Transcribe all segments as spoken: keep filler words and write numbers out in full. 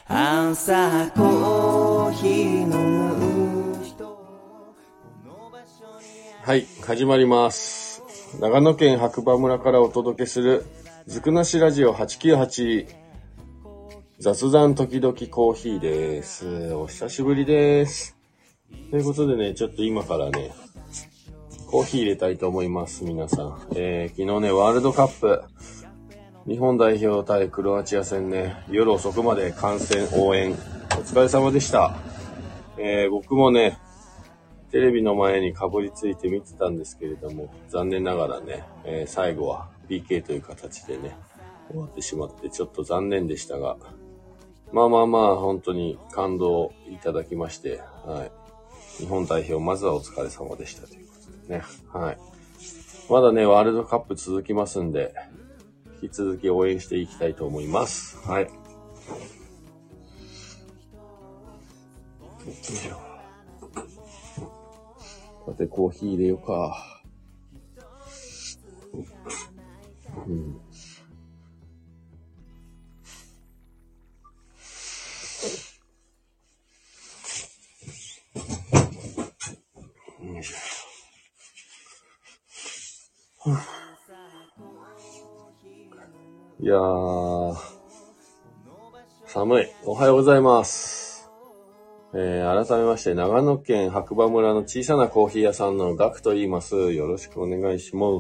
朝コーヒー飲む人。 はい、始まります。長野県白馬村からお届けするずくなしラジオはちきゅうはち、雑談時々コーヒーです。お久しぶりです。ということでね、ちょっと今からね、コーヒー入れたいと思います、皆さん。えー、昨日ね、ワールドカップ、日本代表対クロアチア戦ね、夜遅くまで観戦応援、お疲れ様でした。えー、僕もね、テレビの前にかぶりついて見てたんですけれども、残念ながらね、えー、最後は ピーケー という形でね、終わってしまってちょっと残念でしたが、まあまあまあ本当に感動いただきまして、はい。日本代表まずはお疲れ様でしたということでね、はい。まだね、ワールドカップ続きますんで、引き続き応援していきたいと思います。はい。よいしょ。さて、コーヒー入れようか。うん。よいしょ。いやー、寒い。おはようございます。えー、改めまして、長野県白馬村の小さなコーヒー屋さんのガクと言います。よろしくお願いします。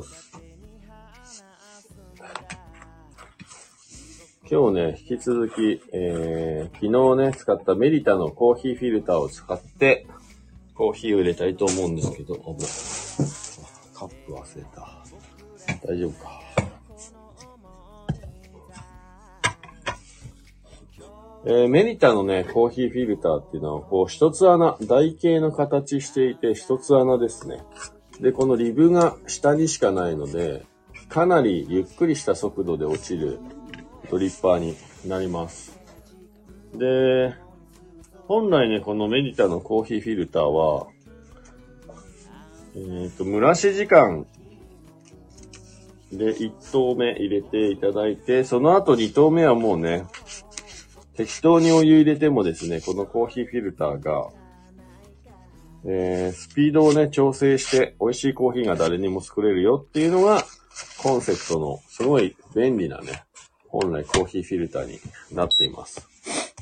今日ね、引き続き、えー、昨日ね、使ったメリタのコーヒーフィルターを使って、コーヒーを入れたいと思うんですけど、あ、もう、カップ忘れた。大丈夫か。えー、メリタのね、コーヒーフィルターっていうのは、こう、一つ穴、台形の形していて、一つ穴ですね。で、このリブが下にしかないので、かなりゆっくりした速度で落ちるドリッパーになります。で、本来ね、このメリタのコーヒーフィルターは、えっと、蒸らし時間でいち投目入れていただいて、その後に投目はもうね、適当にお湯入れてもですね、このコーヒーフィルターが、えー、スピードをね、調整して美味しいコーヒーが誰にも作れるよっていうのがコンセプトのすごい便利なね、本来コーヒーフィルターになっています。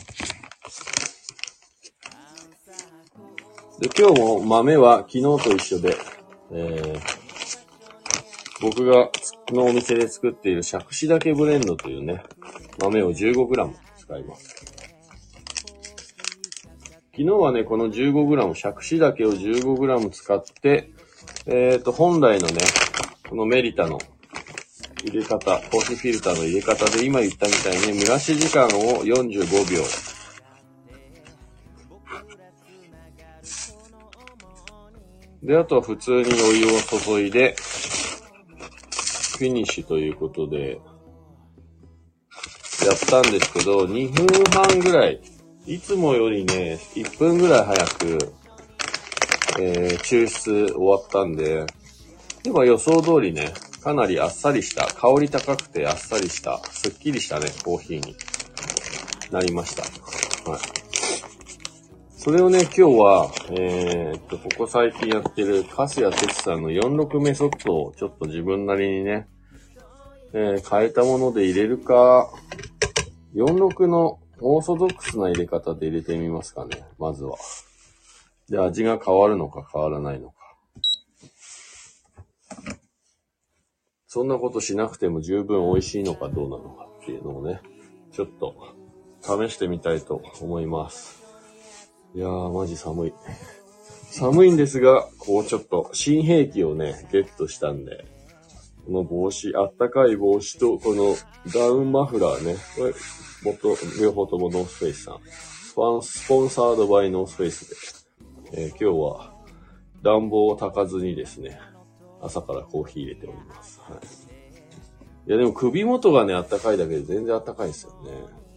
で、今日も豆は昨日と一緒で、えー、僕がのお店で作っている杓子岳ブレンドというね、豆を じゅうごグラム 使います。昨日はね、この じゅうごグラム、杓子岳を じゅうごグラム 使って、えっと、本来のね、このメリタの入れ方、コーヒーフィルターの入れ方で今言ったみたいに蒸らし時間をよんじゅうごびょう。で、あとは普通にお湯を注いで、フィニッシュということで、やったんですけど、にふんはんぐらい、いつもよりね、いっぷんぐらい早く、えー、抽出終わったんで、でも予想通りね、かなりあっさりした、香り高くてあっさりした、すっきりしたね、コーヒーになりました。はい。それをね、今日は、えー、っと、ここ最近やってる、粕谷哲さんのよんじゅうろくメソッドをちょっと自分なりにね、えー、変えたもので入れるか、よんじゅうろくのオーソドックスな入れ方で入れてみますかね、まずは。で、味が変わるのか変わらないのか。そんなことしなくても十分美味しいのかどうなのかっていうのをね、ちょっと試してみたいと思います。いやー、マジ寒い。寒いんですが、こうちょっと新兵器をね、ゲットしたんで、この帽子、あったかい帽子とこのダウンマフラーね、これ元、両方ともノースフェイスさん。ファン、スポンサードバイノースフェイスで、えー、今日は暖房を焚かずにですね、朝からコーヒー入れております。はい。いやでも首元がね、あったかいだけで全然あったかいですよね。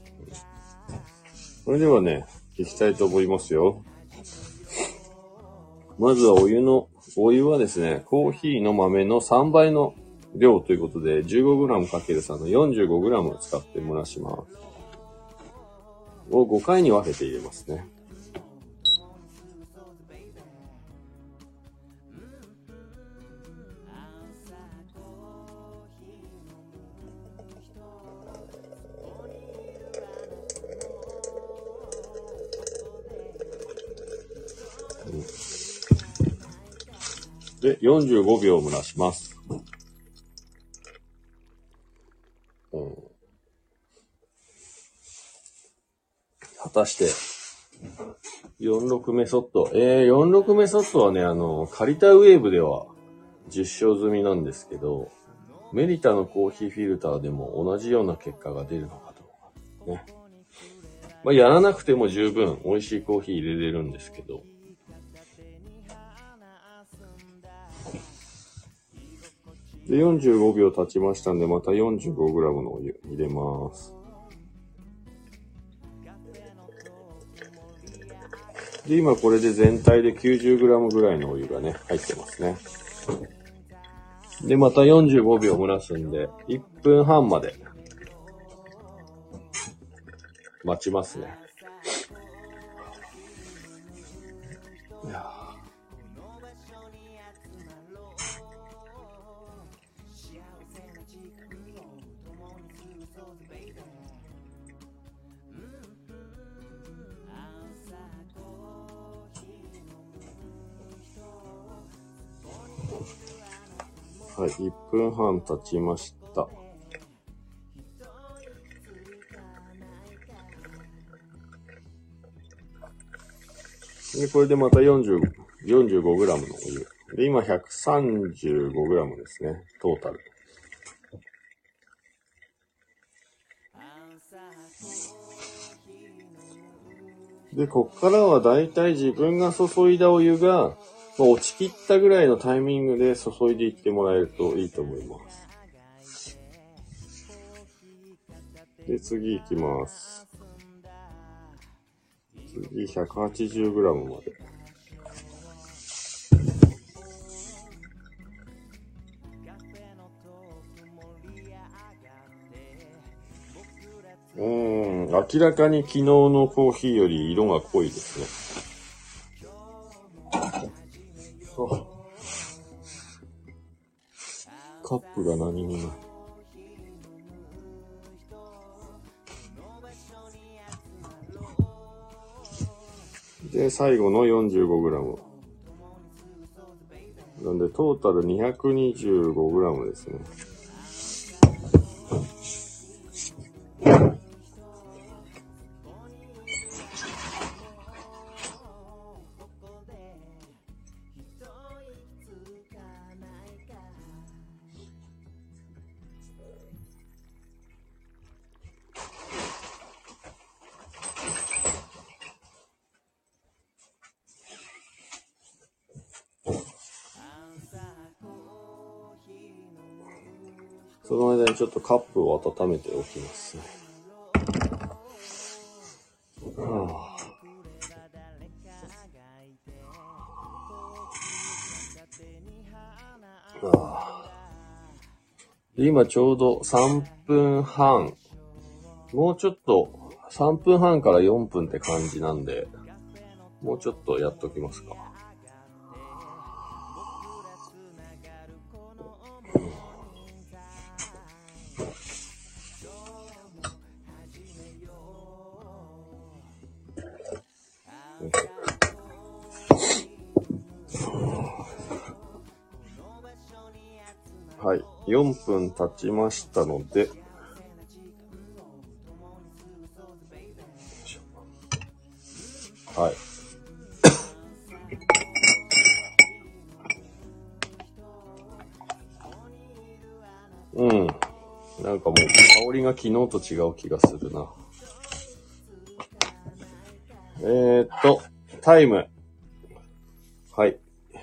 それではね、いきたいと思いますよ。まずはお湯の、お湯はですね、コーヒーの豆のさんばいの量ということで、じゅうごグラムかけるさん の よんじゅうごグラム 使って蒸らします。 をごかいに分けて入れますね。で、よんじゅうごびょう蒸らします。うん、果たして、よんじゅうろくメソッド。えー、よんじゅうろくメソッドはね、あの、カリタウェーブでは実証済みなんですけど、メリタのコーヒーフィルターでも同じような結果が出るのかどうか。ね。まあ、やらなくても十分美味しいコーヒー入れれるんですけど、で、よんじゅうごびょう経ちましたんで、また よんじゅうごグラム のお湯入れます。で、今これで全体で きゅうじゅうグラム ぐらいのお湯がね、入ってますね。で、またよんじゅうごびょう蒸らすんで、いっぷんはんまで待ちますね。いやはい、いっぷんはん経ちました。で、これでまたよんじゅう、よんじゅうごグラム のお湯。で、今 ひゃくさんじゅうごグラム ですね、トータル。で、こっからはだいたい自分が注いだお湯が、まあ、落ちきったぐらいのタイミングで注いでいってもらえるといいと思います。で、次行きます。次 ひゃくはちじゅうグラム まで。うーん、明らかに昨日のコーヒーより色が濃いですね。カップが何にもない。で、最後の よんじゅうごグラム。なんで、トータル にひゃくにじゅうごグラム ですね。その間にちょっとカップを温めておきますね。はあはあ、で今ちょうどさんぷんはん。もうちょっと、さんぷんはんからよんぷんって感じなんで、もうちょっとやっときますか。はい、よんぷん経ちましたので、はい。うん。なんかもう香りが昨日と違う気がするな。えーっと、タイム。はい。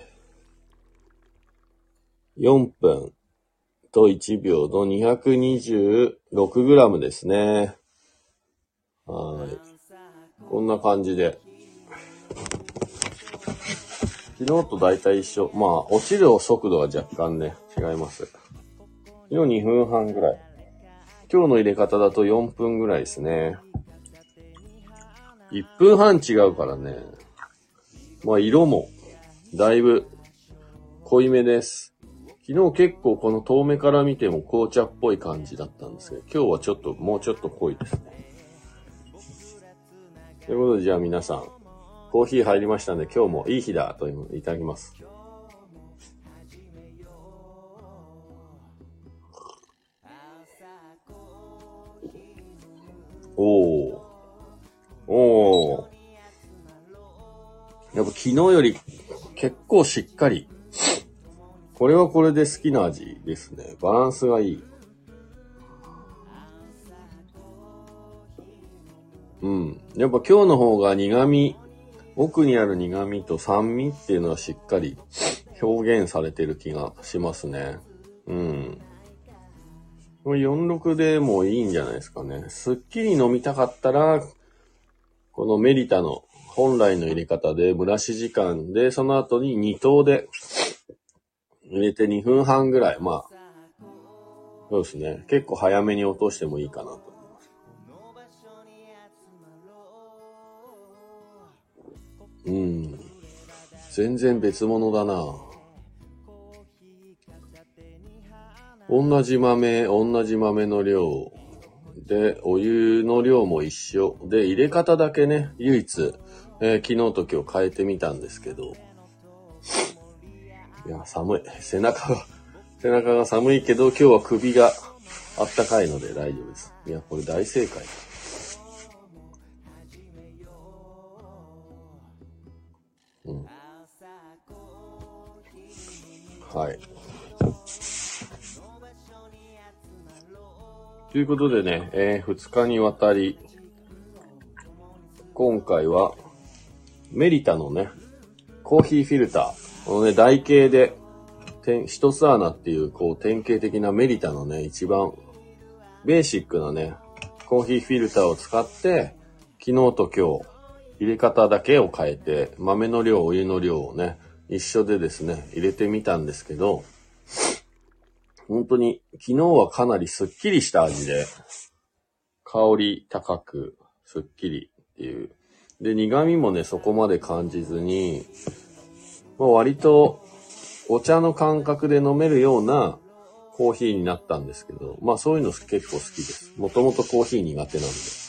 よんぷんといちびょうの にひゃくにじゅうろくグラム ですね。はい。こんな感じで。昨日と大体一緒。まあ、落ちる速度は若干ね、違います。昨日にふんはんぐらい。今日の入れ方だとよんぷんぐらいですね。 いっぷんはん違うからね。まあ色もだいぶ濃いめです。昨日結構この遠目から見ても紅茶っぽい感じだったんですけど、今日はちょっともうちょっと濃いですね。ということでじゃあ皆さん、コーヒー入りましたんで今日もいい日だといただきます。おー。おー。やっぱ昨日より結構しっかり。これはこれで好きな味ですね。バランスがいい。うん。やっぱ今日の方が苦味、奥にある苦味と酸味っていうのはしっかり表現されてる気がしますね。うん。これよんじゅうろくでもいいんじゃないですかね。すっきり飲みたかったら、このメリタの本来の入れ方で蒸らし時間で、その後にに等で入れてにふんはんぐらい。まあ、そうですね。結構早めに落としてもいいかなと思います。うん。全然別物だな。同じ豆、同じ豆の量で、お湯の量も一緒で、入れ方だけね、唯一、えー、昨日と今日変えてみたんですけど、いや、寒い。背中が、背中が寒いけど、今日は首があったかいので大丈夫です。いや、これ大正解。うん。はい。ということでね、えー、ふつかにわたり、今回は、メリタのね、コーヒーフィルター。このね、台形で、一つ穴っていう、こう、典型的なメリタのね、一番、ベーシックなね、コーヒーフィルターを使って、昨日と今日、入れ方だけを変えて、豆の量、お湯の量をね、一緒でですね、入れてみたんですけど、本当に、昨日はかなりスッキリした味で、香り高く、スッキリっていう。で、苦味もね、そこまで感じずに、まあ、割と、お茶の感覚で飲めるようなコーヒーになったんですけど、まあそういうの結構好きです。もともとコーヒー苦手なん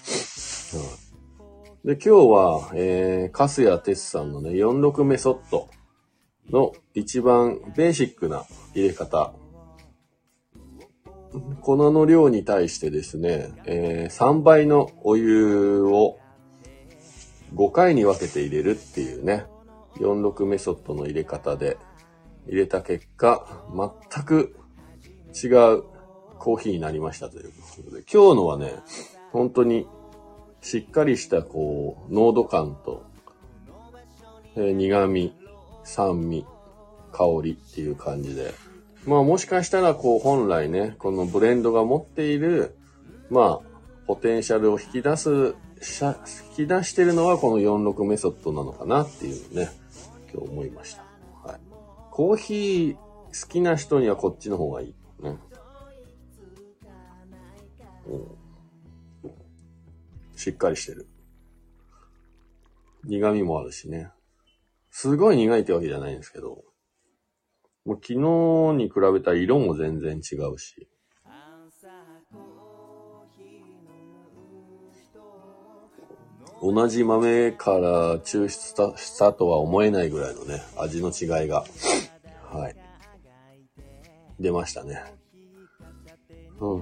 で。うん、で、今日は、えー、カスヤテスさんのね、よんじゅうろくメソッドの一番ベーシックな入れ方。粉の量に対してですね、えー、さんばいのお湯をごかいに分けて入れるっていうね、よんじゅうろくメソッドの入れ方で入れた結果、全く違うコーヒーになりましたということで、今日のはね、本当にしっかりしたこう、濃度感と、えー、苦味、酸味、香りっていう感じで、まあもしかしたらこう本来ね、このブレンドが持っている、まあ、ポテンシャルを引き出す、引き出してるのはこのよんじゅうろくメソッドなのかなっていうね、今日思いました。はい。コーヒー好きな人にはこっちの方がいい。ね。うん、しっかりしてる。苦味もあるしね。すごい苦いってわけじゃないんですけど、もう昨日に比べたら色も全然違うし。同じ豆から抽出したとは思えないぐらいのね、味の違いが、はい、出ましたね。うん。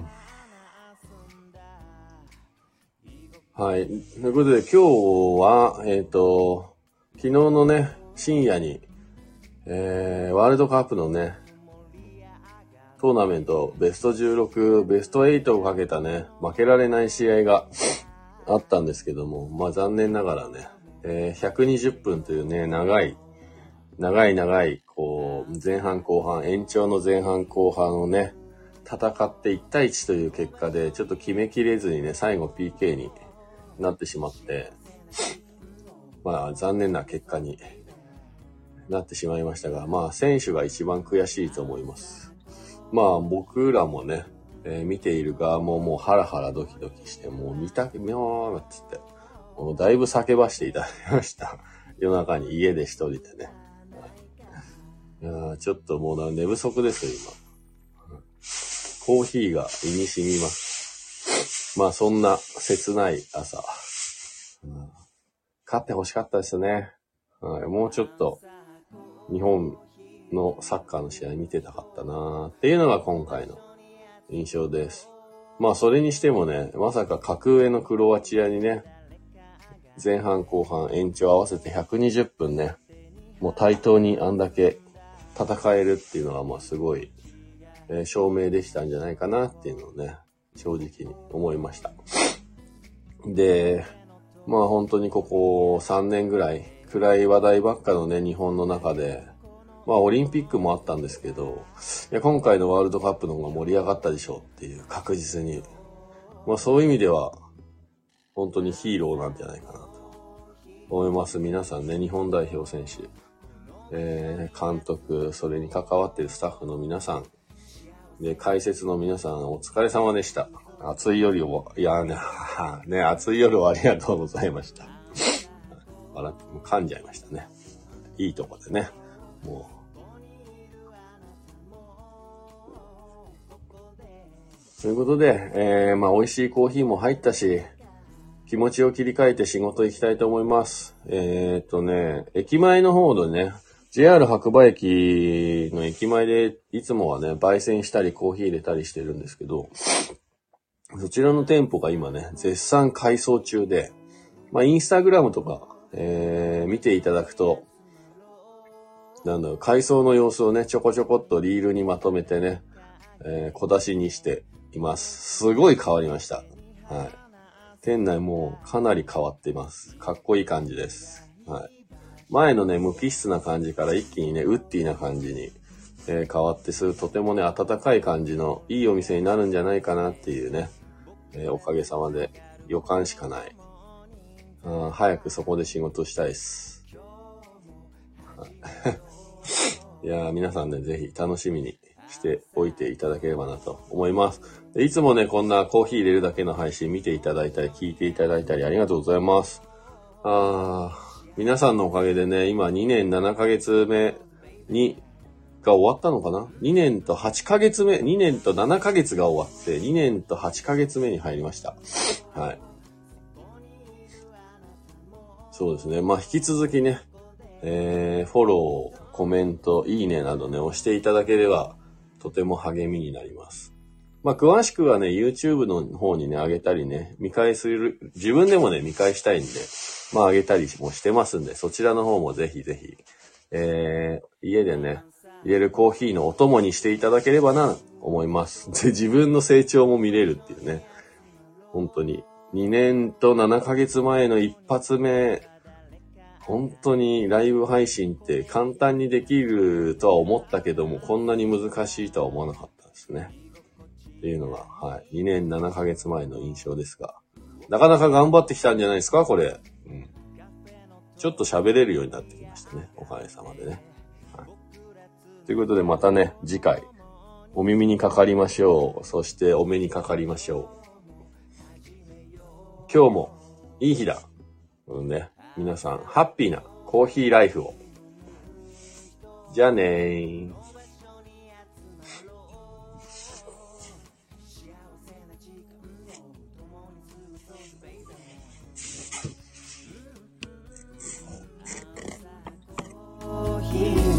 はい。ということで今日は、えっと、昨日のね、深夜に、えー、ワールドカップのね、トーナメントベストじゅうろく、ベストはちをかけたね、負けられない試合があったんですけども、まあ残念ながらね、えー、ひゃくにじゅっぷんというね、長い、長い長い、こう、前半後半、延長の前半後半をね、戦っていちたいいちという結果で、ちょっと決めきれずにね、最後 ピーケー になってしまって、まあ残念な結果になってしまいましたが、まあ選手が一番悔しいと思います。まあ僕らもね、えー、見ている側ももうハラハラドキドキして、もう見たく、みょーっつって、 もうだいぶ叫ばしていただきました。夜中に家で一人でね。いやーちょっともうな寝不足ですよ、今。コーヒーが胃に染みます。まあそんな切ない朝。うん、勝って欲しかったですね。はい、もうちょっと日本のサッカーの試合見てたかったなーっていうのが今回の印象です。まあそれにしてもね、まさか格上のクロアチアにね、前半後半延長合わせてひゃくにじゅっぷんね、もう対等にあんだけ戦えるっていうのはまあすごい、えー、証明できたんじゃないかなっていうのをね、正直に思いました。で、まあ本当にここさんねんぐらい暗い話題ばっかのね、日本の中で、まあオリンピックもあったんですけど、いや今回のワールドカップの方が盛り上がったでしょうっていう確実に。まあそういう意味では、本当にヒーローなんじゃないかなと思います。皆さんね、日本代表選手、えー、監督、それに関わっているスタッフの皆さん、で、解説の皆さん、お疲れ様でした。暑い夜を、いやね、ね、暑い夜をありがとうございました。笑って、もう噛んじゃいましたね。いいとこでね、もう。ということで、えー、まあ美味しいコーヒーも入ったし、気持ちを切り替えて仕事行きたいと思います。えーっとね、駅前の方でね、ジェイアール 白馬駅の駅前でいつもはね、焙煎したりコーヒー入れたりしてるんですけど、そちらの店舗が今ね、絶賛改装中で、まあインスタグラムとか、えー、見ていただくと、なんだろう、改装の様子をね、ちょこちょこっとリールにまとめてね、えー、小出しにしています。すごい変わりました。はい。店内もかなり変わっています。かっこいい感じです。はい。前のね、無機質な感じから一気にね、ウッディな感じに、えー、変わってする、とてもね、温かい感じのいいお店になるんじゃないかなっていうね、えー、おかげさまで予感しかない。あ早くそこで仕事したいです。いやー、皆さんね、ぜひ楽しみにしておいていただければなと思います。でいつもね、こんなコーヒー入れるだけの配信見ていただいたり、聞いていただいたりありがとうございます。あー皆さんのおかげでね、今にねんななかげつめに、が終わったのかな ?に 年とはちかげつめ、にねんとななかげつが終わって、にねんとはちかげつめに入りました。はい。そうですね。まあ、引き続きね、えー、フォロー、コメント、いいねなどね、押していただければ、とても励みになります。まあ、詳しくはね、YouTube の方にね、上げたりね、見返する、自分でもね、見返したいんで、まあ、上げたりもしてますんで、そちらの方もぜひぜひ、えー、家でね、入れるコーヒーのお供にしていただければな、思います。で、自分の成長も見れるっていうね、本当に、にねんとななかげつまえの一発目、本当にライブ配信って簡単にできるとは思ったけども、こんなに難しいとは思わなかったですね。っていうのが、はい。にねんななかげつまえの印象ですが。なかなか頑張ってきたんじゃないですか、これ。うん。ちょっと喋れるようになってきましたね。おかげさまでね。はい。ということでまたね、次回、お耳にかかりましょう。そしてお目にかかりましょう。今日もいい日だ。うんね。皆さん、ハッピーなコーヒーライフを。じゃあねー。 コーヒー